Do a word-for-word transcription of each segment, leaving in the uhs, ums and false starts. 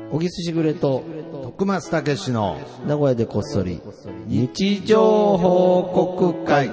小木すしぐれと徳松たけしの名古屋でこっそり日常報告会。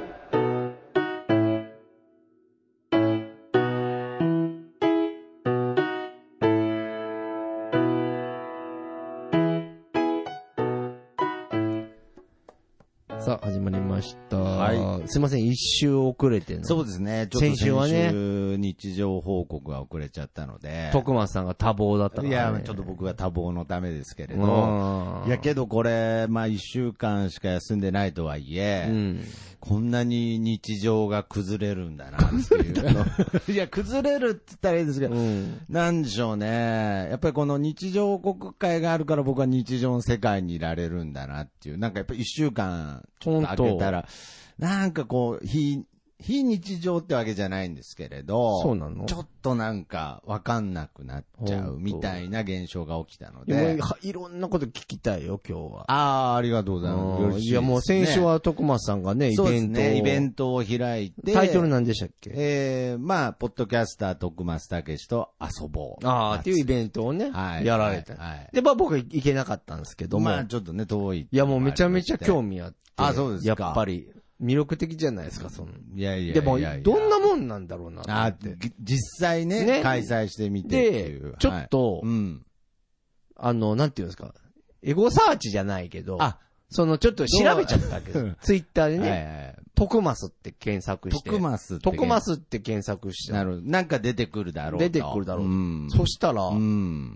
さあ始まりました、はい、すいません一週遅れての。 そうですね、ちょっと先週はね日常報告が遅れちゃったので、 徳松さんが多忙だったから、ね、 いやちょっと僕が多忙のためですけれど、いやけどこれまあいっしゅうかんしか休んでないとはいえ、うん、こんなに日常が崩れるんだなっていういや崩れるって言ったらいいですけど、うん、なんでしょうね、やっぱりこの日常報告会があるから僕は日常の世界にいられるんだなっていう、なんかやっぱりいっしゅうかんちょっと空けたらなんかこう非非日常ってわけじゃないんですけれど、 そうなの？ ちょっとなんか分かんなくなっちゃうみたいな現象が起きたので、 いろんなこと聞きたいよ今日は。 ああ、ありがとうございます。 いやもう先週は徳松さんがね、イベントを、 ね、イベントを開いて、 タイトル何でしたっけ？ えー、まあポッドキャスター徳松たけしと遊ぼう。 ああっていうイベントをね、はい、やられた。はいはい、でまあ僕は行けなかったんですけども、 まあちょっとね遠い。 いやもうめちゃめちゃ興味あって、 あそうですか。 やっぱり。魅力的じゃないですか、その。 いやいやいやいや。 でも、どんなもんなんだろうなって。 あ実際ね、ね、開催してみてっていう。 で、ちょっと、はい、うん、あの、なんていうんですか、エゴサーチじゃないけど、あ、その、ちょっと調べちゃったわけです。ツイッターでね、はいはい、徳松って検索して。 徳松って。 徳松って検索して。 なるほど。なんか出てくるだろうと。 出てくるだろうと。うん、そしたら、うん、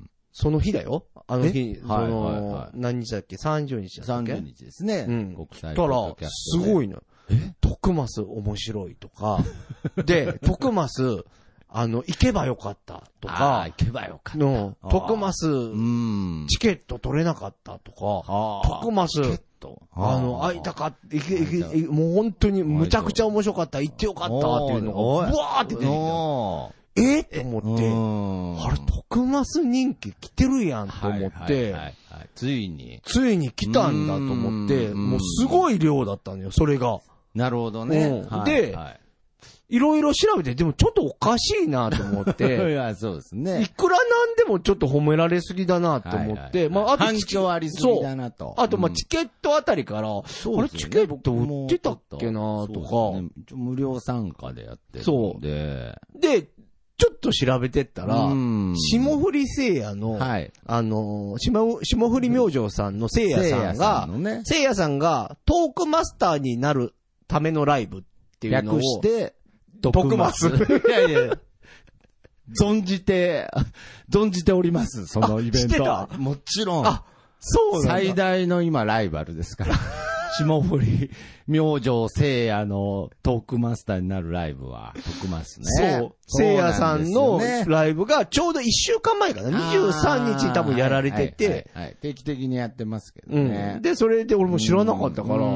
その日だよ。あの日、その、はいはいはい、何日だっけ ?さんじゅうにちだっけ ?さんじゅうにちですね。うん。国際ポッドキャスト。そしたら、すごいの。徳増面白いとか、で、徳増、あの、行けばよかったとか、 行けばよかった。 の、徳増、チケット取れなかったとか、徳増、あの、会いたかった、もう本当にむちゃくちゃ面白かった、行ってよかったっていうのが、ブワーって出てきた。えって思って、あれ、徳増人気来てるやんと思って、 ついに。 ついに来たんだと思って、もうすごい量だったのよ、それが。 なるほどね。 うん、で、はい、いろいろ調べて、でもちょっとおかしいなと思って。 いや、そうですね。 いくらなんでもちょっと褒められすぎだなと思って。はいはいはい、まあ、あと、 反響ありすぎだなと。 あと、まあ、チケットあたりから、うん、あれ、チケット売ってたっけなとか、ね。 無料参加でやってるんで。 そう。で、ちょっと調べてったら、霜降り聖夜の、はい、あの、霜降り明星さんの聖夜さんが、聖夜さんがトークマスターになるためのライブっていうのを、 略して、 徳松。 いやいや、存じて、存じております、そのイベント。 知ってた？ もちろん。 あ、そうなんだ。 最大の今ライバルですから。霜降り明星聖夜のトークマスターになるライブは徳松ね。 そう。聖夜さんのライブがちょうどいっしゅうかんまえかな。にじゅうさんにちに多分やられてて、はいはいはいはい。定期的にやってますけどね。 うん。で、それで俺も知らなかったから、うんうん、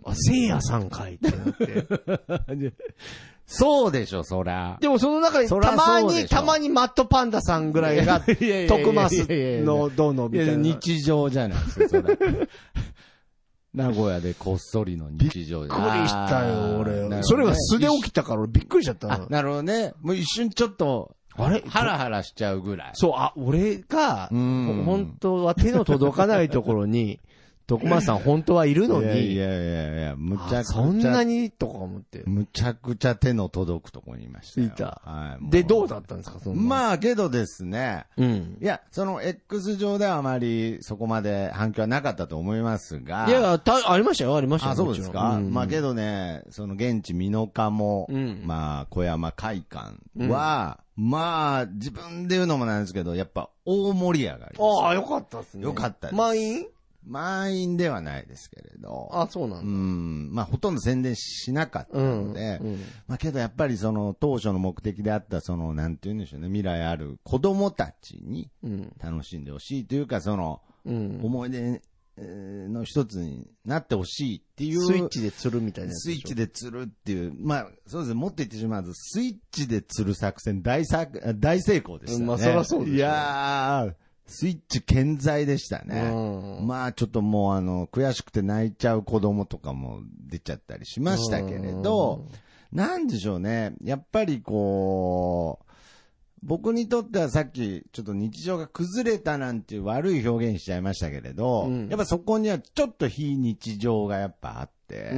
あ、聖夜さんかいってなって。 そうでしょ、そら。 でもその中に、たまに、たまにマットパンダさんぐらいが、徳松のどうのみたいな。 日常じゃないですか、それ。名古屋でこっそりの日常で。 びっくりしたよ、俺。ね、それが素で起きたからびっくりしちゃったの。 なるほどね。もう一瞬ちょっと、あれハラハラしちゃうぐらい。 そう、あ、俺が、本当は手の届かないところに、徳松さん本当はいるのに。 いやいやいや、むちゃくちゃ。 そんなにとか思って。 むちゃくちゃ手の届くところにいましたよ。 いた。はい。で、どうだったんですか、そんな。 まあ、けどですね。 うん。 いや、その X 上ではあまりそこまで反響はなかったと思いますが。 いや、た、ありましたよ、ありましたよ。 あ、そうですか。うん、まあ、けどね、その現地美濃加茂、うん、まあ、小山会館は、うん、まあ、自分で言うのもなんですけど、やっぱ大盛り上がり。 ああ、よかったですね。 よかったです。 満員満員ではないですけれど。 あ、そうなんだ。 うん。まあ、ほとんど宣伝しなかったので、うんうん、まあ、けどやっぱりその当初の目的であったその、なんて言うんでしょうね、未来ある子供たちに楽しんでほしいというか、その、うん、思い出の一つになってほしいっていう。 スイッチで釣るみたいなやつスイッチで釣るっていう。まあ、そうですね、もっと言ってしまうと、スイッチで釣る作戦大さ、大成功でしたね。 まあ、そりゃそうですね。 いやー、スイッチ健在でしたね。うん、まあちょっともうあの悔しくて泣いちゃう子供とかも出ちゃったりしましたけれど、なんでしょうね。やっぱりこ僕にとってはさっきちょっと日常が崩れたなんていう悪い表現しちゃいましたけれど、うん、やっぱそこにはちょっと非日常がやっぱあって、うん、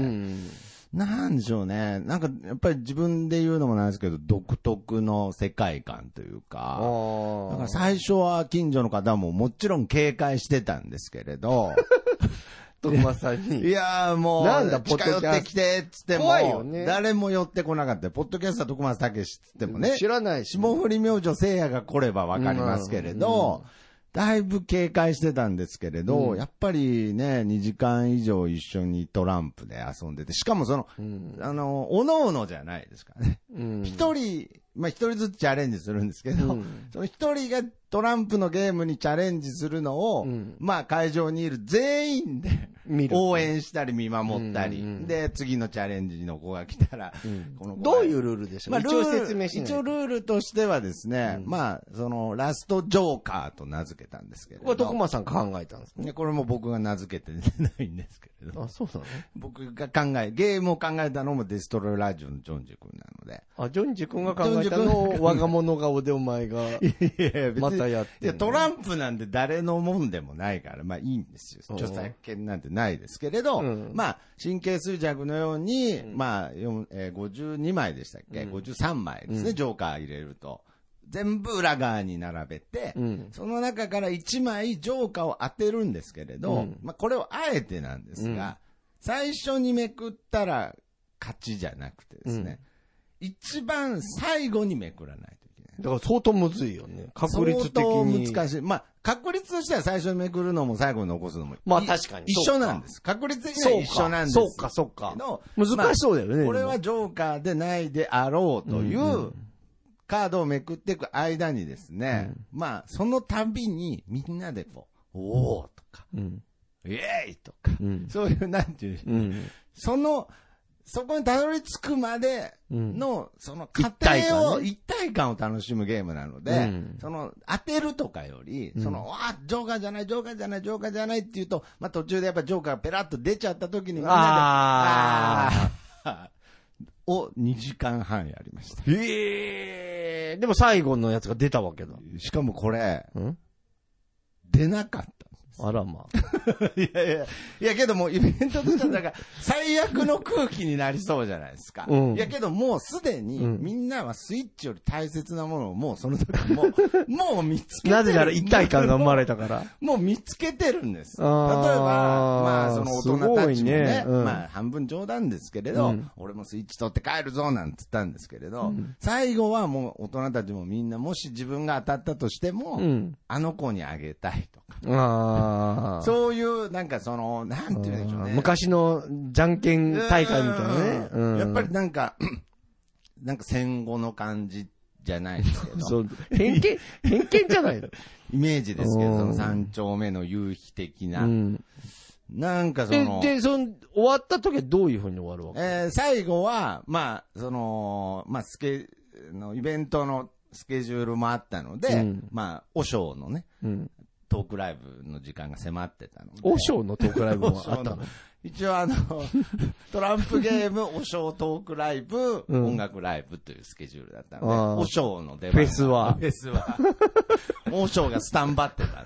なんでしょうね。なんかやっぱり自分で言うのもなんですけど、独特の世界観というか、だから最初は近所の方ももちろん警戒してたんですけれど、 徳間さんに。 いやーもう、なんだ、近寄ってきて、つっても、 怖いよね。 誰も寄ってこなかった。ポッドキャスター徳松武史つってもね。 知らないし、ね。 霜降り明星聖夜が来ればわかりますけれど、うん、だいぶ警戒してたんですけれど、うん、やっぱりね、にじかん以上一緒にトランプで遊んでて、しかもその、うん、あの、おのおのじゃないですからね。一、うん、人、まあ一人ずつチャレンジするんですけど、うん、その一人がトランプのゲームにチャレンジするのを、うん、まあ会場にいる全員で応援したり見守ったり、うんうん、で、次のチャレンジの子が来たら、うん、この子どういうルールでしょう、まあ、一応説明しない。 一応ルールとしてはですね、うん、まあ、その、ラストジョーカーと名付けたんですけれど。 これ徳間さん考えたんですね。 これも僕が名付けてないんですけれど。 あ、そうなの？ 僕が考え、ゲームを考えたのもデストロイラジオのジョンジ君なので。 あ、ジョンジ君が考えたのを我が物顔でお前が、またやって。 いや、トランプなんて誰のもんでもないから、まあいいんですよ。著作権なんてないですけれど、うん、まあ、神経衰弱のように、うん、まあ、えー、ごじゅうにまいでしたっけ、うん、ごじゅうさんまいですね、うん、ジョーカー入れると。全部裏側に並べて、うん、その中からいちまいジョーカーを当てるんですけれど、うん、まあこれをあえてなんですが、うん、最初にめくったら勝ちじゃなくてですね、うん、一番最後にめくらないといけない。 だから相当むずいよね。確率的に。 相当難しい。まあ確率としては最初にめくるのも最後に残すのも。 まあ確かに。 一緒なんです。確率的には一緒なんです。 そうか、そうか。難しそうだよね。まあ、 これはジョーカーでないであろうという、うんうん、カードをめくっていく間にですね、うん、まあ、その度にみんなでこう、おーとか、うん、イエーイとか、うん、そういう、なんていう、うん、その、そこにたどり着くまでの、その過程を、一体感を楽しむゲームなので、うん、その、当てるとかより、その、わあ、ジョーカーじゃない、ジョーカーじゃない、ジョーカーじゃないっていうと、まあ途中でやっぱジョーカーがペラッと出ちゃった時にみんなで、ああをにじかんはんやりました。 へえー、でも最後のやつが出たわけだ。 しかもこれ、ん出なかった。 あらまあ。いやいや、いやけどもうイベントとしてはだから最悪の空気になりそうじゃないですか。うん、いやけどもうすでにみんなはスイッチより大切なものをもうその時もう、もう見つけてる。 なぜなら一体感が生まれたから。 もう見つけてるんです。例えば、まあその大人たちもね、ねうん、まあ半分冗談ですけれど、うん、俺もスイッチ取って帰るぞなんつったんですけれど、うん、最後はもう大人たちもみんなもし自分が当たったとしても、うん、あの子にあげたいとか。あそういう、なんかその、なんていうんでしょうね。 昔のじゃんけん大会みたいなね。 うん、やっぱりなんか、なんか戦後の感じじゃないですけど。 そう、偏見、偏見じゃないのイメージですけど、その三丁目の夕日的な。うん、なんかその。 で、で、その、終わった時はどういう風に終わるわけ？ えー、最後は、まあ、その、まあ、スケ、の、イベントのスケジュールもあったので、うん、まあ、和尚のね、うんトークライブの時間が迫ってたので。 和尚のトークライブもあったの一応あの、トランプゲーム、和尚トークライブ、うん、音楽ライブというスケジュールだったので、和尚の出番。 フェスは。 フェスは。和尚がスタンバってた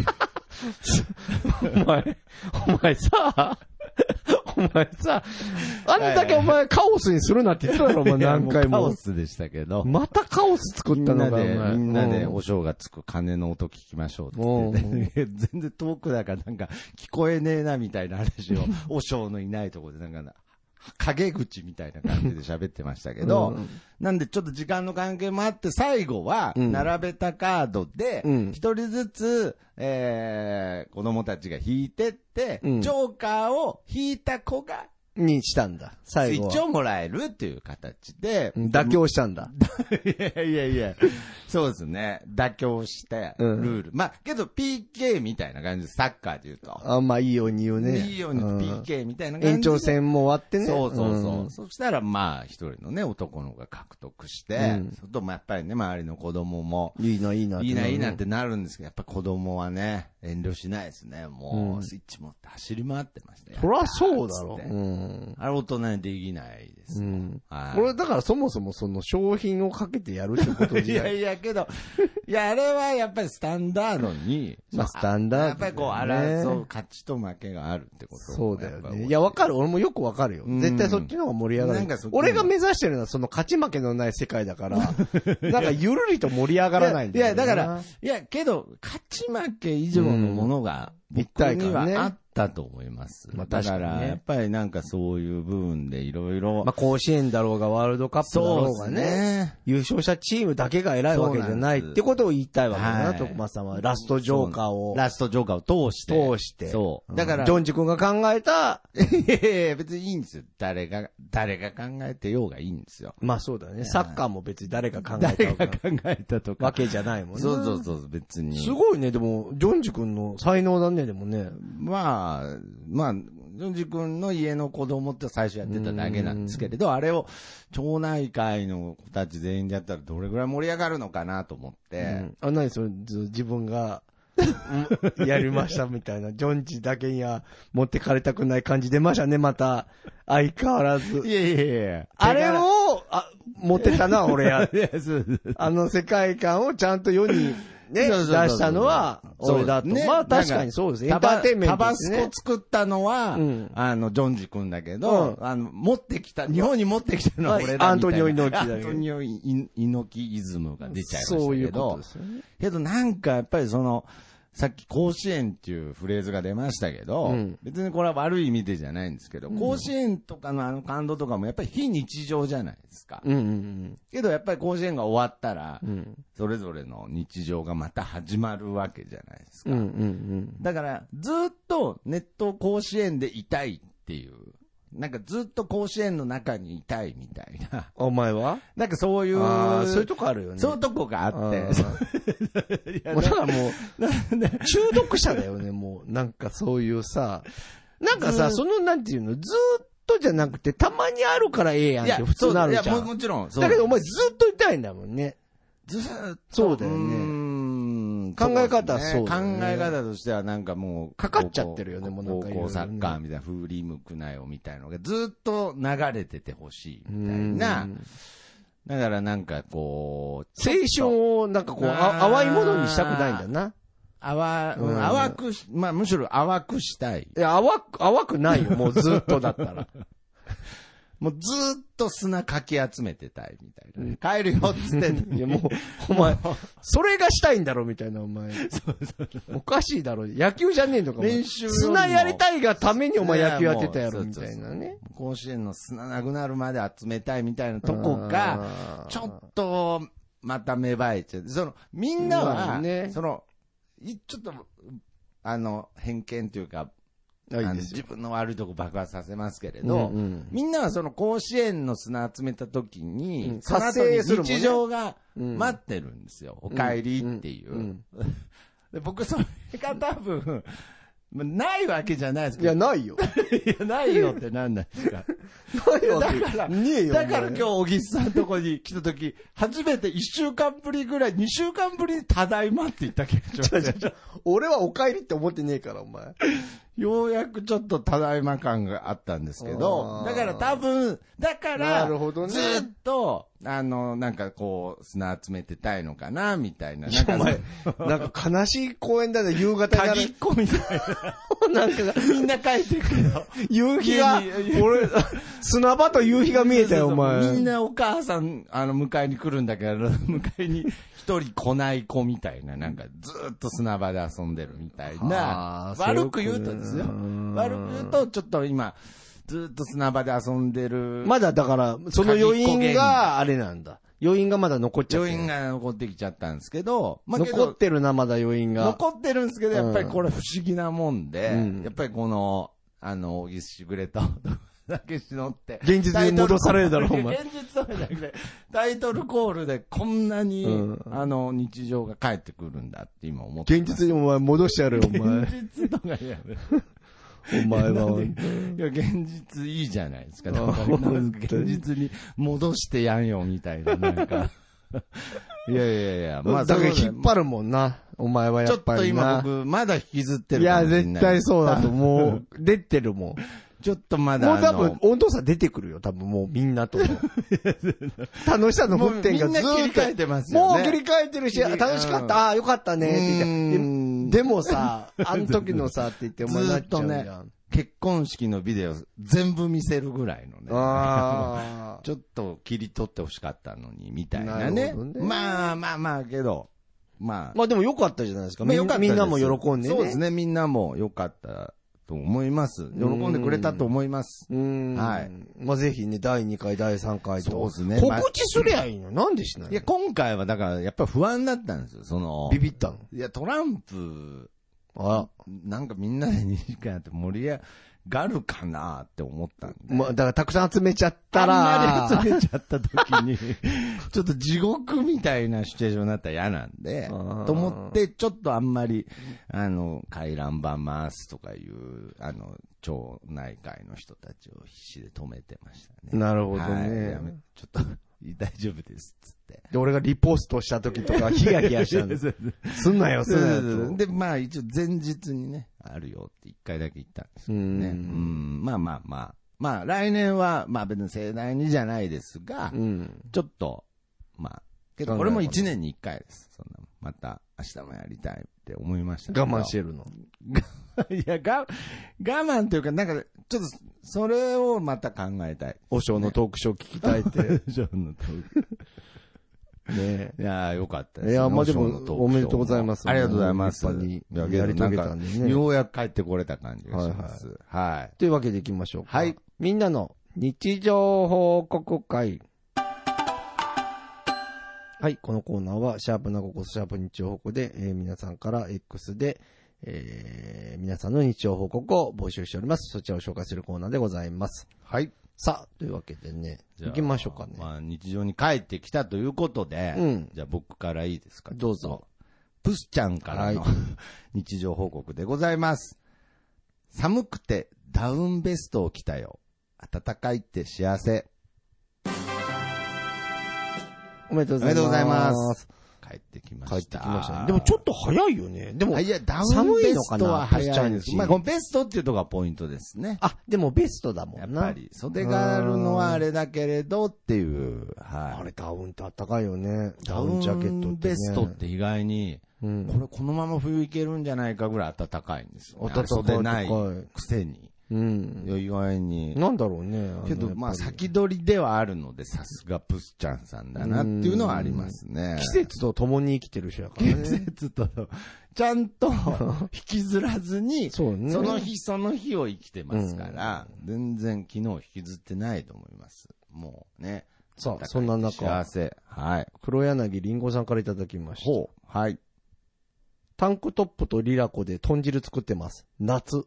んで。お前、お前さ、お前さ、あんだけお前カオスにするなって言ったろ、お前何回も。 カオスでしたけど。 またカオス作ったのか、 みんなで、みんなでお正がつく鐘の音聞きましょうって言って、全然遠くだからなんか聞こえねえなみたいな話を、お正のいないところでなんか、陰口みたいな感じで喋ってましたけど、うん、なんでちょっと時間の関係もあって最後は並べたカードで一人ずつ、えー、子供たちが引いてって、うん、ジョーカーを引いた子がにしたんだ。最後は。 スイッチをもらえるっていう形で。 妥協したんだ。 いやいやいや。そうですね。妥協して、ルール。うん、まあ、けど ピーケー みたいな感じで、サッカーで言うと。 あ、まあいいように言うね。 いいように ピーケー みたいな感じで。 延長戦も終わってね。 そうそうそう。うん、そしたらまあ、一人のね、男の子が獲得して、うん、そとまあやっぱりね、周りの子供も。 いいな、いいな。 いいな、いいなってなるんですけど、やっぱ子供はね、 遠慮しないですね。もう、スイッチ持って走り回ってましたよ。 そりゃそうだろ。 うん。あれ大人にできないです。うん。 これだからそもそもその商品をかけてやるってことじゃない。 いやいやけど、いや、あれはやっぱりスタンダードに、 まあスタンダード、ね。 やっぱりこう、争う勝ちと負けがあるってこと。 そうだよね。いや、わかる。俺もよくわかるよ。絶対そっちの方が盛り上がる。なんか俺が目指してるのはその勝ち負けのない世界だから、なんかゆるりと盛り上がらないんだよ。 いや、だから、いや、けど、勝ち負け以上のものが、僕にはあったと思います。まあ、だから、やっぱりなんかそういう部分でいろいろ。 まあ、甲子園だろうがワールドカップだろうがね。ね優勝したチームだけが偉いわけじゃないってことを言いたいわけだな、徳松さんは。ラストジョーカーを。 ラストジョーカーを通して。 通して。 そう。 だから。ジョンジ君が考えた。 いやいや別にいいんですよ。誰が、誰が考えてようがいいんですよ。 まあそうだね。サッカーも別に誰が考えた誰が考えたとか。 わけじゃないもんね。 そうそうそう、別に。 すごいね、でも、ジョンジ君の才能だね、でもね。 まあ、まあ、ジョンジ君の家の子供って最初やってただけなんですけれど、あれを町内会の子たち全員でやったらどれぐらい盛り上がるのかなと思って。うん、 あ、何それ、自分がやりましたみたいな。ジョンジだけには持ってかれたくない感じ出ましたね、また。相変わらず。 いやいやいやあれを、あ、持ってたな、俺や。あの世界観をちゃんと世に、ね、出したのは、俺だと。まあ確かにそうです。エンターテインメントですね。 タバスコ作ったのは、あの、ジョンジ君だけど、あの、持ってきた、日本に持ってきたのは俺だ。 アントニオ猪木だけど。 アントニオ猪木イズムが出ちゃいましたけど。 そういうことですよね。 けどなんかやっぱりその、さっき甲子園っていうフレーズが出ましたけど、うん、別にこれは悪い意味でじゃないんですけど、うん、甲子園とかのあの感動とかもやっぱり非日常じゃないですか。 うんうんうん、 けどやっぱり甲子園が終わったら、うん、それぞれの日常がまた始まるわけじゃないですか。 うんうんうん、 だからずっとネット甲子園でいたいっていう。なんかずっと甲子園の中にいたいみたいな。 お前はなんかそういう。 あそういうとこあるよね。 そういうとこがあって。 もうだからもう、中毒者だよね、もう。なんかそういうさ。なんかさ、そのなんていうの、ずーっとじゃなくて、たまにあるからええやんって普通なるじゃん。いや、 も, もちろん。 だけどお前ずーっといたいんだもんね。 ずーっと。 そうだよね。考え方はそうだね。 考え方としてはなんかもう。 かかっちゃってるよね、もうなんか。 高校サッカーみたいな、振り向くなよみたいなのがずっと流れててほしいみたいな。だからなんかこう。 青春をなんかこう、淡いものにしたくないんだな。 淡、うん、淡くし、まあむしろ淡くしたい。 いや、淡く、淡くないよ、もうずっとだったら。 もうずーっと砂かき集めてたいみたいな、ね。帰るよっつってんのに。 いやもう、お前、それがしたいんだろみたいな、お前。そうそうそうおかしいだろ。野球じゃねえのか、練習砂やりたいがためにお前野球やってたやろ、みたいなね。 甲子園の砂なくなるまで集めたいみたいなとこが、ちょっと、また芽生えちゃう。その、みんなは、ね、その、ちょっと、あの、偏見というか、あの自分の悪いとこ爆発させますけれど、うんうん、みんなはその甲子園の砂集めた時に、うん、その後に日常が待ってるんですよ。うん、お帰りっていう。うんうんうん、で僕それが多分、ないわけじゃないですけど。 いや、ないよ。 いや、ないよってなんなんですか。 ないよ。だから、 ねえよ。 だから今日、小木さんのとこに来たとき、初めていっしゅうかんぶりぐらい、にしゅうかんぶりにただいまって言ったけど。 俺はお帰りって思ってねえから、お前。 ようやくちょっとただいま感があったんですけど、だから多分、だから、 なるほどね、 ずっと、あの、なんかこう、砂集めてたいのかな、みたいな。 なんか、お前、なんか悲しい公園だね、夕方に。たぎっこみたいな。なんか、みんな帰ってくるよ。 夕日が、俺、砂場と夕日が見えたよ、お前。 みんなお母さん、あの、迎えに来るんだけど、迎えに一人来ない子みたいな、なんかずっと砂場で遊んでるみたいな。悪く言うとですよ。悪く言うと、ちょっと今、ずっと砂場で遊んでる。 まだだから、その余韻があれなんだ。余韻がまだ残っちゃって余韻が残ってきちゃったんですけど、 まあ、けど残ってるな、まだ余韻が。 残ってるんですけど、やっぱりこれ不思議なもんで、うん、やっぱりこの、あの、小木しぐれと、だけしのって。 現実に戻されるだろ、お前。 現実とじゃなくて、タイトルコールでこんなに、うん、あの、日常が帰ってくるんだって今思って。 現実にお前戻してやるよ、お前。 現実とかやめ。 お前は。 いや、現実いいじゃないですか。だから現実に戻してやんよ、みたいな、なんか。 いやいやいや、 まあ、だから引っ張るもんな。お前はやっぱりな。 ちょっと今僕、まだ引きずってるかいや、 もしれない。 絶対そうだと、もう、出てるもん。 ちょっとまだ。 もう多分、温度差出てくるよ、多分もうみんなと。楽しさの沸点がずーっと。 もうみんな切り替えてますよね。 もう切り替えてるし、楽しかった、ああ、よかったね、って言って。でもさ、あの時のさ、って言ってお前なっちゃうじゃん。ずっとね、 結婚式のビデオ全部見せるぐらいのね。あちょっと切り取ってほしかったのに、みたいなね。なねまあまあまあけど。まあ。 まあでもよかったじゃないですか。まあ、よかったみんなも喜んでね。 そうですね、みんなもよかったと思います。喜んでくれたと思います。 うん。はい。まあぜひね、だいにかい、だいさんかいと。 そうですね。 告知すりゃいいの。なんでしないの？ いや、今回はだからやっぱり不安だったんですよ。その。 ビビったの？ いや、トランプ、あなんかみんなでにじかんやって盛り上がるかなって思ったんで。 まあ、だからたくさん集めちゃったら。 あんまり集めちゃった時に、ちょっと地獄みたいなシチュエーションになったら嫌なんで、と思って、ちょっとあんまり、あの、回覧板回すとかいう、あの、町内会の人たちを必死で止めてましたね。 なるほどね。 はい、やめちょっと、大丈夫ですっつって。 で、俺がリポストした時とかヒヤヒヤしたんです。すんなよ、すんなよ。 で、まあ一応前日にね、あるよって一回だけ言ったんですけどね。うん。まあまあまあ。まあ来年は、まあ別に盛大にじゃないですが、うん、ちょっと、まあ、けどこれも一年に一回です。そんな、また明日もやりたいって思いました。 我慢してるの。 いや、が、我慢というか、なんか、ちょっと、それをまた考えたい、ね。 お尚のトークショー聞きたいって。 お尚のトーク。ねえ。いやー、よかったです、 ね。いや、まあでも、おめでとうございます。 ありがとうございます。 立派にやり遂げたんでね。 ようやく帰ってこれた感じがします。はい、はい。はい。 というわけでいきましょうか。 はい。 みんなの日常報告会。はい。このコーナーは、シャープなごこそシャープ日常報告で、えー、皆さんから X で、えー、皆さんの日常報告を募集しております。そちらを紹介するコーナーでございます。 はい。 さあ、というわけでね、行きましょうかね。 まあ、日常に帰ってきたということで、うん、じゃあ僕からいいですか？ どうぞ。 プスちゃんからの、はい、日常報告でございます。寒くてダウンベストを着たよ。暖かいって幸せ。 おめでとうございます。おめでとうございます。 帰ってきました。帰ってきましたね。でもちょっと早いよね。でも、 いや、ダウンベストは早いです。まあ、このベストっていうところがポイントですね。 あ、でもベストだもんな。 やっぱり、袖があるのはあれだけれどっていう。はい。 あれダウンってあったかいよね。 ダウンジャケットって、ね。ベストって意外に、うん、これこのまま冬いけるんじゃないかぐらい暖かいんですよ、ね。暖かい。袖ないくせに。うん。意外に。 なんだろうね。 けど、まあ、先取りではあるので、さすがプスちゃんさんだなっていうのはありますね。 季節と共に生きてる人やからね。 季節と、ちゃんと引きずらずに、そうね、その日その日を生きてますから、うん、全然昨日引きずってないと思います。もうね。 さあ、そんな中。 幸せ。はい。 黒柳りんごさんからいただきました。 ほう。はい。 タンクトップとリラコで豚汁作ってます。夏。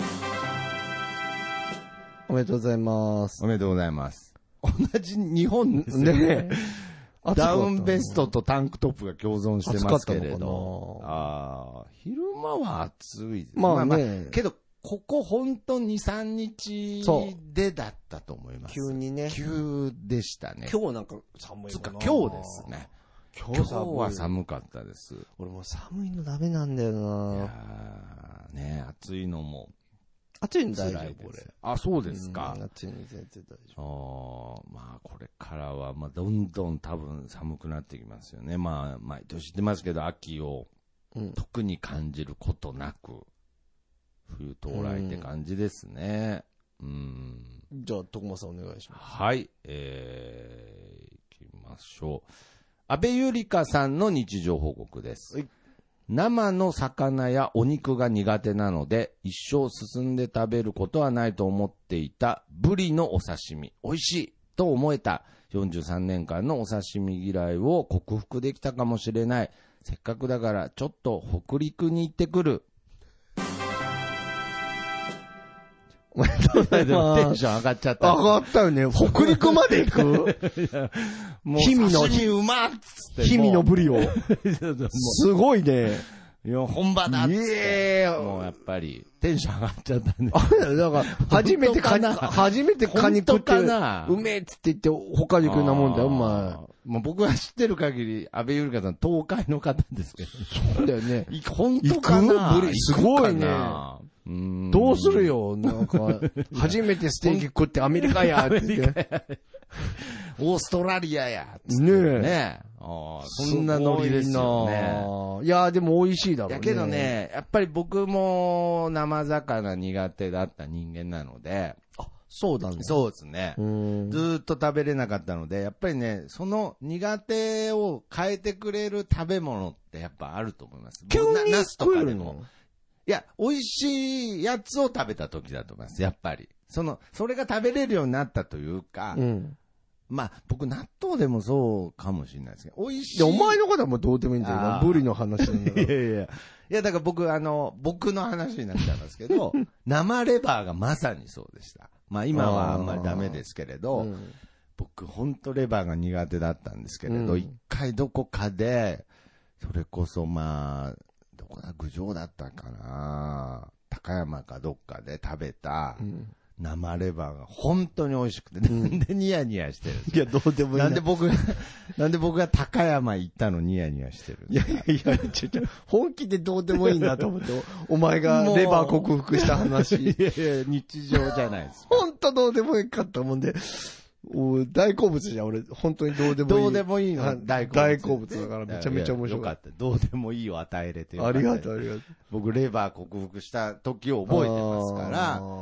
おめでとうございます。 おめでとうございます。同じ日本ですね。ダウンベストとタンクトップが共存してますけれど。ああ、昼間は暑いです。 まあね。まあまあ、 けど、ここほんとに、さんにちでだったと思います。 急にね。 急でしたね。 今日なんか寒いもんな。 今日ですね。今日は寒かったです。 俺も寒いのダメなんだよな。いやーね、暑いのも。 暑いの大丈夫これ。 あ、そうですか。 うん、暑いの全然大丈夫。あまあこれからは、まあどんどん多分寒くなってきますよね。まあ毎年言ってますけど、秋を特に感じることなく、冬到来って感じですね。うん。 うん、じゃあ、徳間さんお願いします。 はい。えー、行きましょう。安倍ゆりかさんの日常報告です。はい。生の魚やお肉が苦手なので一生進んで食べることはないと思っていたブリのお刺身、美味しいと思えたよんじゅうさんねんかんのお刺身嫌いを克服できたかもしれない。せっかくだからちょっと北陸に行ってくる。 おめでとうございます。 テンション上がっちゃった。 上がったよね。北陸まで行くもう刺身うまっつって。 氷見のブリを。すごいね。 いや、本場だっつって。もうやっぱり、テンション上がっちゃったね。 あれだから、初めてカニ、初めてカニ食って、うめえっつって言って、他に行くようなもんだよ、お前。 まあ、僕が知ってる限り、安倍ゆりかさん、東海の方ですけど。 そうだよね。 本当かな？ 行く？すごいね。 うんどうするよ、なんか、初めてステーキ食ってアメリカやって言って。 オーストラリアやつってねえ。 ねあそんなノリですよね。 いや、でも美味しいだろうね。 だけどね、やっぱり僕も生魚苦手だった人間なので、 あ、そうだね。 そうですね。ずーっと食べれなかったので、やっぱりね、その苦手を変えてくれる食べ物ってやっぱあると思います。 急にナスとかでのも。いや、美味しいやつを食べた時だと思います、やっぱり。その、それが食べれるようになったというか、 うん、 まあ、僕、納豆でもそうかもしれないですけど、美味しい。 いや、お前のことはもうどうでもいいんだよ。ブリの話なんだから。 いやいや。いや、だから僕、あの、僕の話になっちゃいますけど、生レバーがまさにそうでした。まあ、今はあんまりダメですけれど、うん、僕、ほんとレバーが苦手だったんですけれど、一、うん、回どこかで、それこそまあ、どこだ、郡上だったかな、高山かどっかで食べた、うん生レバーが本当に美味しくて、なんでニヤニヤしてるんですか？ いや、どうでもいいな。 なんで僕が、なんで僕が高山行ったのニヤニヤしてるんですか？ いやいや、ちょちょ、本気でどうでもいいなと思って、お前がレバー克服した話。 いやいや、日常じゃないですか。 本当どうでもよかったもんで、大好物じゃん、俺。本当にどうでもいい。 どうでもいいの大好物。大好物だからめちゃめちゃ面白かった。 よかった。どうでもいいを与えれてよかった。 ありがとう、ありがとう。 僕、レバー克服した時を覚えてますから、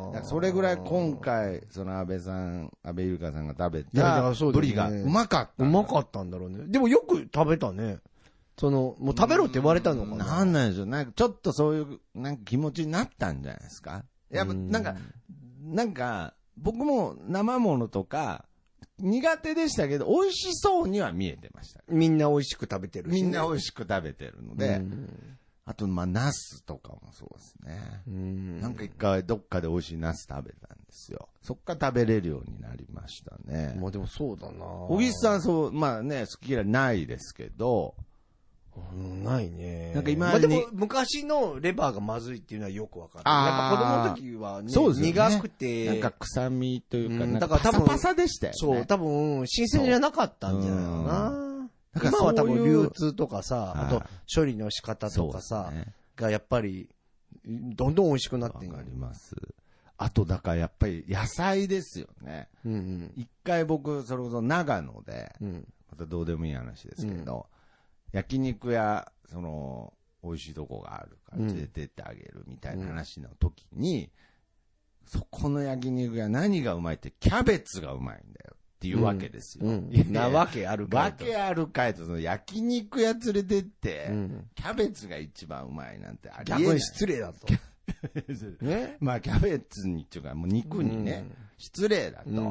からそれぐらい今回、その安倍さん、安倍ゆりかさんが食べたブリがうまかった。 うまかったんだろうね。でもよく食べたね。その、もう食べろって言われたのかな。 なんなんでしょう。なんかちょっとそういう、なんか気持ちになったんじゃないですか。やっぱ、なんか、なんか、僕も生ものとか、苦手でしたけど、美味しそうには見えてました。 みんな美味しく食べてるし、 ね。みんな美味しく食べてるので、あと、まあ、ナスとかもそうですね。んなんか一回どっかで美味しいナス食べたんですよ。そっから食べれるようになりましたね。 まあでもそうだな。 小木さんそう、まあね、好き嫌いないですけど、 うん、ないね。 なんか今、 まあ、でも昔のレバーがまずいっていうのはよくわかる。やっぱ子供の時はね、そうですね、苦くて。 なんか臭みというか、 うん、 だから多分パサパサでしたよね。 そう、多分新鮮じゃなかったんじゃないのかな。だから今は多分流通とかさ、あと処理の仕方とかさ、ね、がやっぱりどんどん美味しくなってる。 わかります。あとだからやっぱり野菜ですよね。うんうん、一回僕それこそ長野で、うん、またどうでもいい話ですけど。うん焼肉屋、その、美味しいとこがあるから連れてってあげるみたいな話の時に、うん、そこの焼肉屋何がうまいってキャベツがうまいんだよっていうわけですよ。うんうん、なわけあるかいと。わけあるかいと、その焼肉屋連れてって、うん、キャベツが一番うまいなんてありえない。 逆に失礼だと。 ね、まあキャベツにっていうかもう肉にね、うん、失礼だと。うん。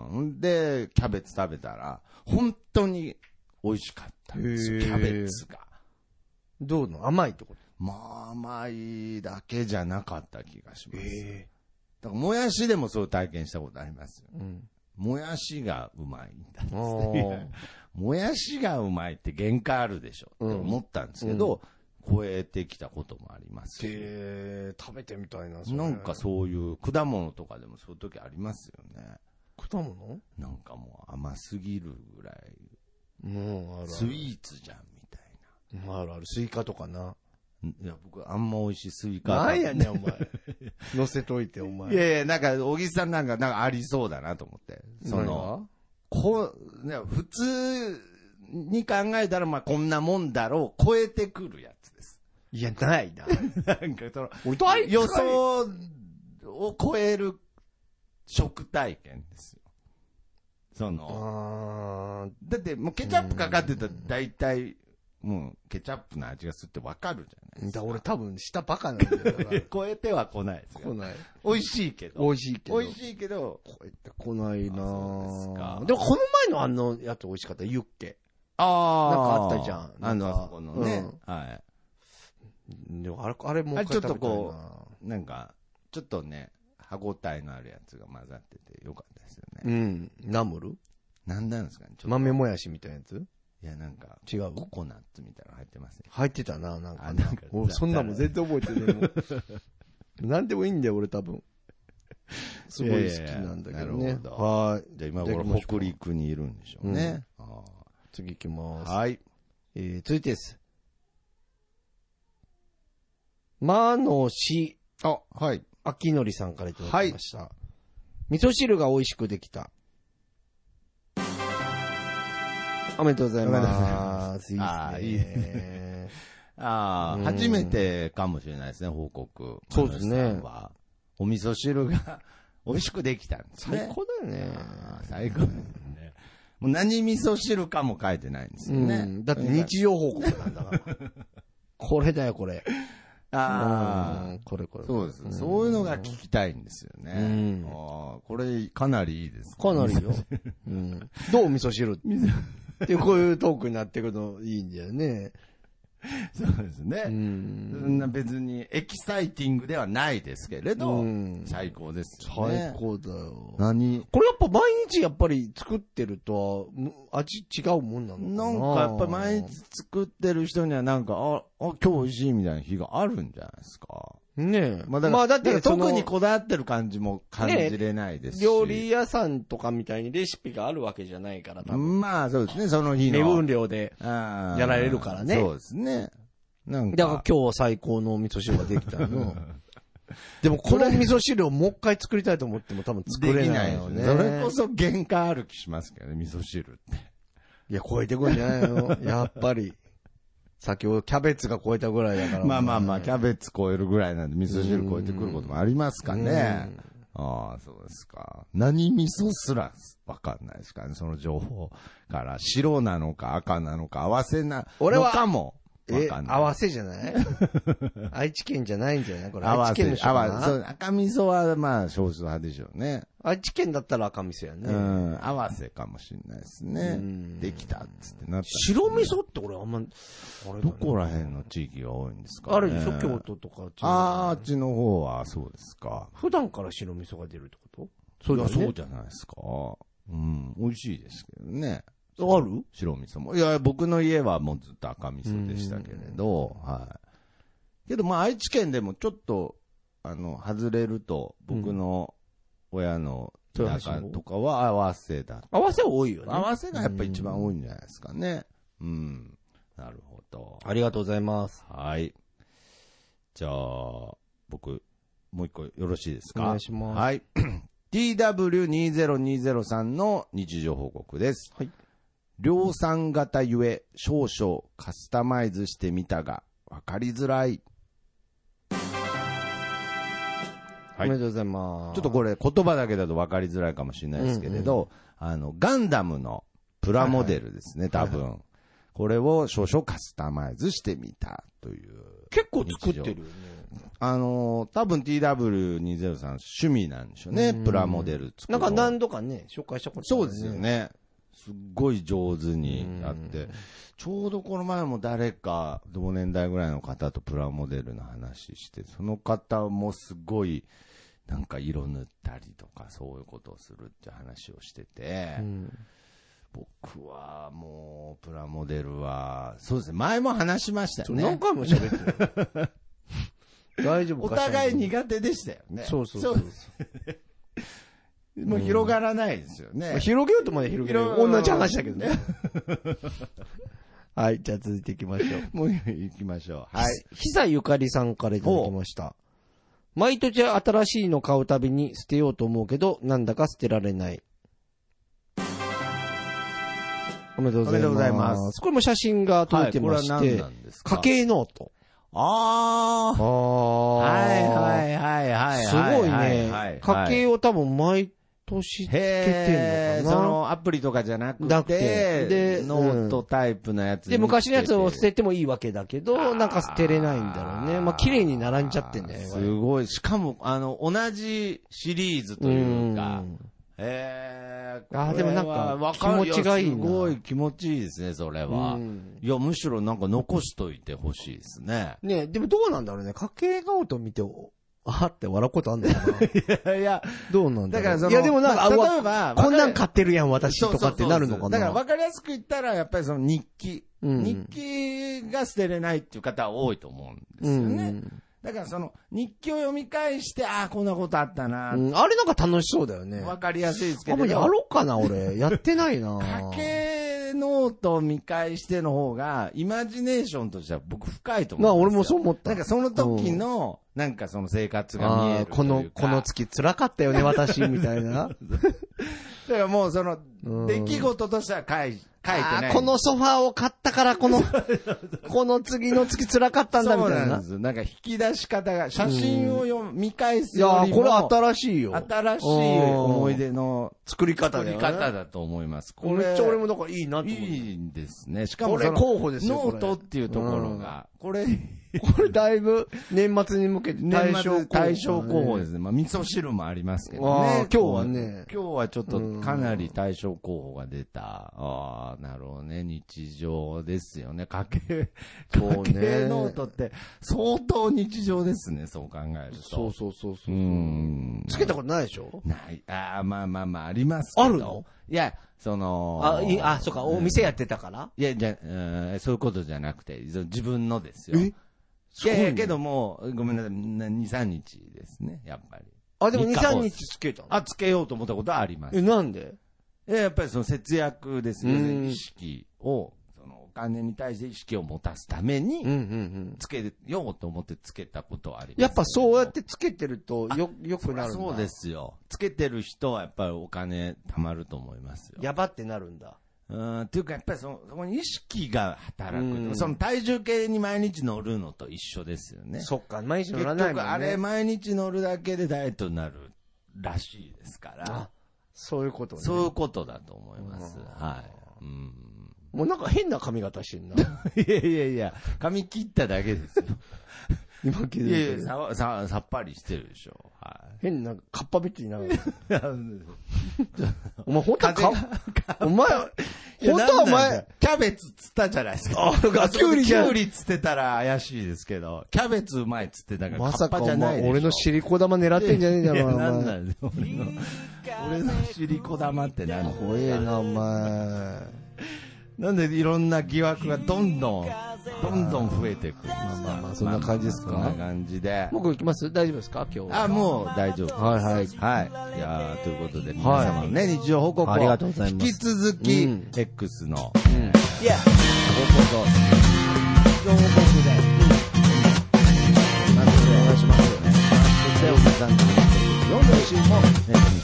うん、で、キャベツ食べたら、本当に美味しかったんですよ、キャベツが。 どうの甘いってこと？ まあ、甘いだけじゃなかった気がします。えー、だから、もやしでもそういう体験したことありますよ。うん、もやしがうまいんだって。もやしがうまいって限界あるでしょって思ったんですけど、うん、超えてきたこともありますし。 へー、食べてみたいな、それ。 なんかそういう果物とかでもそういう時ありますよね。 果物？ なんかもう甘すぎるぐらい。 もうあるあるスイーツじゃんみたいな。あるある。スイカとかな。 いや、僕、あんま美味しいスイカ。 なんやねん、お前。乗せといて、お前。 いやいや、なんか、小木さんなんか、なんかありそうだなと思って。その、こう、ね、普通に考えたら、まあ、こんなもんだろう、超えてくるやつです。 いや、ないな。 なんか、その、予想を超える食体験ですよ。その、だってもうケチャップかかってたら大体、もうケチャップの味がするってわかるじゃないですか。 だ俺多分下バカなんだよ。 超えては来ないですよ。 来ない。 美味しいけど。 美味しいけど。 美味しいけど。 超えてこないなぁ。でもこの前のあのやつ美味しかった。ユッケ。 ああ。 なんかあったじゃん。 あのあそこのね。うん、はい。 でもあれ、あれもう一回食べたいな。ちょっとこう、なんか、ちょっとね、歯応えのあるやつが混ざっててよかったですよね。 うん。ナムル？ なんなんですかね。 豆もやしみたいなやつ？ いや、なんか、 違うココナッツみたいなの入ってますね。 入ってたな、なんか。なんかそんなもん全然覚えてないもん。なんでもいいんだよ、俺多分。すごい好きなんだけどね。 はい。じゃあ今頃北陸にいるんでしょうね。うん、 次行きます。 はい。 えー、続いてです。まのし、 あ、はい。 あきのりさんからいただきました。はい、味噌汁が美味しくできた。おめでとうございます。いいですね。ああ、いいね。 ああ、初めてかもしれないですね、報告。 そうですね。 お味噌汁が美味しくできたんですね。 最高だよね。 最高ですね。もう何味噌汁かも書いてないんですよね。うん、 だって日常報告なんだから。これだよ、これ。 ああ、 これこれ。 そうです。そういうのが聞きたいんですよね。うん、あこれかなりいいです、ね。 かなりよ。うん、どう味噌汁ってこういうトークになってくるのいいんだよね。 そうですね。うん、そんな別にエキサイティングではないですけれど、うん、最高ですよね。 最高だよ。 何これやっぱ毎日やっぱり作ってると味違うもんなのかな。 なんかやっぱり毎日作ってる人にはなんか、あ、あ今日美味しいみたいな日があるんじゃないですか。 ねえ。 まあだから、まあ、だって特にこだわってる感じも感じれないですし、ね、 料理屋さんとかみたいにレシピがあるわけじゃないから多分。 まあそうですね、その日の。 目分量でやられるからね。 そうですね。なんか。 だから今日最高の味噌汁ができたの。でもこの味噌汁をもう一回作りたいと思っても多分作れないよね。 それこそ限界ある気しますけどね、味噌汁って。 いや、超えてくるんじゃないのやっぱり。先ほどキャベツが超えたぐらいだから、ね。 まあまあまあ、キャベツ超えるぐらいなんで、味噌汁超えてくることもありますかね。ああ、そうですか。何味噌すらわかんないですかね、その情報から。白なのか赤なのか合わせなのかも。 え、合わせじゃない愛知県じゃないんじゃないこれ。愛知県の人かな。そう、赤味噌はまあ少数派でしょうね。 愛知県だったら赤味噌やね。 うん、合わせかもしれないですね。できたっつってなった、ね。 白味噌って俺あんま、あれ、ね、どこら辺の地域が多いんですかね。 あるでしょ京都とか。 ああ、あっちの方はそうですか。 普段から白味噌が出るってことそうだ、ね、そうじゃないですか。うん、美味しいですけどね。 ある白味噌も。いや、僕の家はもうずっと赤味噌でしたけれど、はい。けど、まあ、愛知県でもちょっと、あの、外れると、僕の親の田舎とかは合わせだ。 合わせ多いよね。 合わせがやっぱ一番多いんじゃないですかね。うん。なるほど。 ありがとうございます。 はい。じゃあ、僕、もう一個よろしいですか？ お願いします。 はい。ティーダブリューにせんにじゅうさん の日常報告です。 はい。 量産型ゆえ少々カスタマイズしてみたが分かりづらい、 はい、おめでとうございます。 ちょっとこれ言葉だけだと分かりづらいかもしれないですけれど、うんうん、あのガンダムのプラモデルですね、はいはい、多分、はいはい、これを少々カスタマイズしてみたという。 結構作ってるよね。 あのー、多分 ティーダブリューにせんさん 趣味なんでしょうね、うん、プラモデル作る。 なんか何度かね紹介したことある、ね、そうですよね。すっごい上手にやって、ちょうどこの前も誰か同年代ぐらいの方とプラモデルの話して、その方もすごいなんか色塗ったりとかそういうことをするって話をしてて、うん、僕はもうプラモデルはそうですね、前も話しましたよね。 何回も喋ってる大丈夫か。 お互い苦手でしたよね。 そうそうそうもう広がらないですよね。 まあ、広げようとまで広げる。同じ話だけどね。はい、じゃあ続いていきましょう。 もう行きましょう。はい。 久ゆかりさんからいただきました。毎年新しいの買うたびに捨てようと思うけど、なんだか捨てられない。おめでとうございます。おめでとうございます。これも写真が届いてまして、はい、これは何なんですか？家計ノート。 ああ。はいはいはいはい。 すごいね。家計を多分毎年つけてんのかな。 そのアプリとかじゃなくて、で、ノートタイプのやつで、昔のやつを捨ててもいいわけだけど、なんか捨てれないんだろうね。まあ、綺麗に並んじゃってんだよね。 すごい。しかも、あの、同じシリーズというか、えー、 あ、でもなんか、気持ちがいいな。 すごい気持ちいいですね、それは。いや、むしろなんか残しといてほしいですね。 ね、でもどうなんだろうね。家計ノート見て、あって笑うことあんだよな。 いやいや、 どうなんだろう。 だからその、 いやでもなんか、 まあ、例えば、 こんなん買ってるやん、私とかってなるのかな。 だから分かりやすく言ったら、やっぱりその日記。うん、日記が捨てれないっていう方は多いと思うんですよね。うん、だからその、日記を読み返して、ああ、こんなことあったな、 うん。あれなんか楽しそうだよね。 分かりやすいですけど。 あんまやろうかな、俺。やってないな。 家計計ノートを見返しての方が、イマジネーションとしては僕深いと思まあうんですよ。 俺もそう思った。 なんかその時の、なんかその生活が見えるというか。 この、この月辛かったよね、私、みたいな。 だからもうその、出来事としては書い、書いてない。 このソファーを買ったから、この、この次の月辛かったんだ、みたいな。 そうなんですよ。なんか引き出し方が、写真を読見返すよりも。 いや、これ新しいよ。 新しい思い出の作り方だよね。 作り方だと思います。 これめっちゃ俺もだからいいなと思う。 いいんですね。しかもこれ候補ですよ。 ノートっていうところが、これ、 これだいぶ年末に向けて対象候補。 対象候補ですね。まあ味噌汁もありますけどね。 今日はね。 今日はちょっとかなり対象候補が出た。ああ、なるほどね。日常ですよね。家計、家計ノートって相当日常ですね。そう考えると。 そうそうそうそう。 うん。 つけたことないでしょ？ ない。ああ、まあまあまあ、ありますけど。 あるの？ いや、その、 あ、いあ、そうか、お店やってたからいや、じゃ、うん、そういうことじゃなくて、自分のですよ。えいやいや、けども、ごめんなさい、に、さんにちですね、やっぱり。 あ、でもに、さんにちつけたの？ あ、つけようと思ったことはあります。 え、なんで？ え、やっぱりその節約ですよね、意識を、そのお金に対して意識を持たすために、つけようと思ってつけたことはあります、ね。 やっぱそうやってつけてると、よ、よくなるんだ。 そうですよ。つけてる人はやっぱりお金貯まると思いますよ。 やばってなるんだ。 うん、っていうかやっぱりその、そこに意識が働く。その体重計に毎日乗るのと一緒ですよね。 そっか、毎日乗らないもんね。 結局あれ毎日乗るだけでダイエットになるらしいですから。 そういうことね。 そういうことだと思います。はい。うん、 もうなんか変な髪型してんな。 いやいやいや、髪切っただけですよ。 今気づいてる。 いやいや、さ、さ、さっぱりしてるでしょ。はい。 変な、カッパみたいな。お前、ほんとはか、お前、ほんとはお前、 キャベツっつったじゃないですか。 あ、キュウリじゃん。 キュウリっつってたら怪しいですけど、キャベツうまいっつってたから、 まさかお前、俺の尻子玉狙ってんじゃねえだろ、お前。 なんなんだよ、俺の。俺の尻子玉って何？ 怖えな、お前。 なんでいろんな疑惑がどんどん、どんどん増えていくんですか。 まあまあまあ、そんな感じですか。 そんな感じで。 僕行きます？大丈夫ですか今日。 あ、もう大丈夫。 はいはい。 はい。いやということで、皆様のね、日常報告を。 ありがとうございます。 引き続き、X の、 うん。いや、報告を。日常報告で。まずお願いしますよね。そして、お客さんと読んでほしいも、ね、頑張ってくださ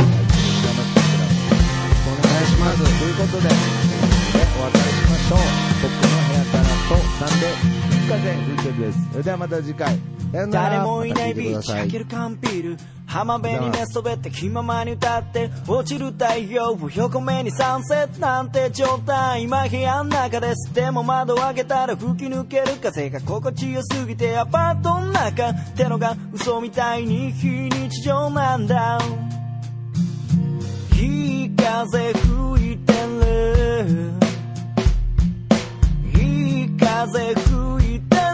い。お願いします。ということで、お別れしましょう。僕の部屋からとさんで風吹いてるです。それではまた次回。 誰もいないビーチ開ける缶ビール浜辺に寝そべって気ままに歌って落ちる太陽を横目にサンセットなんて状態今部屋の中です。でも窓を開けたら吹き抜ける風が心地よすぎてアパートの中ってのが嘘みたいに非日常なんだ。いい風吹いてるいい風吹いてる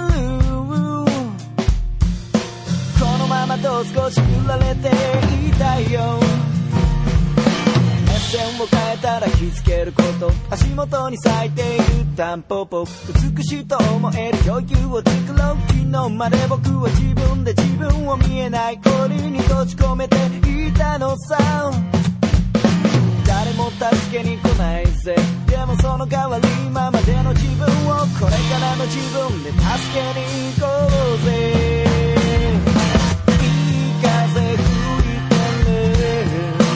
このままと少し振られていたいよ。目線を変えたら気づけること足元に咲いているタンポポ美しいと思える余裕を作ろう。昨日まで僕は自分で自分を見えない氷に閉じ込めていたのさ。誰も助けに来ないぜ。でもその代わり今までの自分をこれからの自分で助けに行こうぜ。いい風吹いてる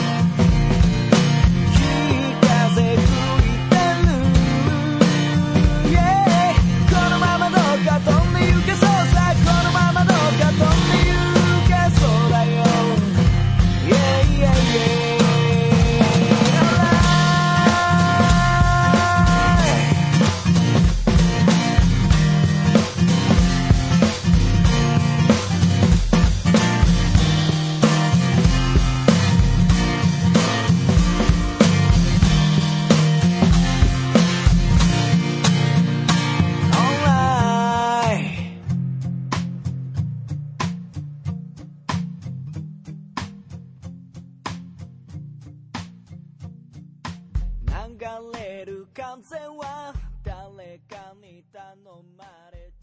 いい風吹いてる、yeah、このままどうか飛んで行けそうさ。このままどうか飛んで行けそうだよ、yeah, yeah, yeah流れる風は誰かに頼まれ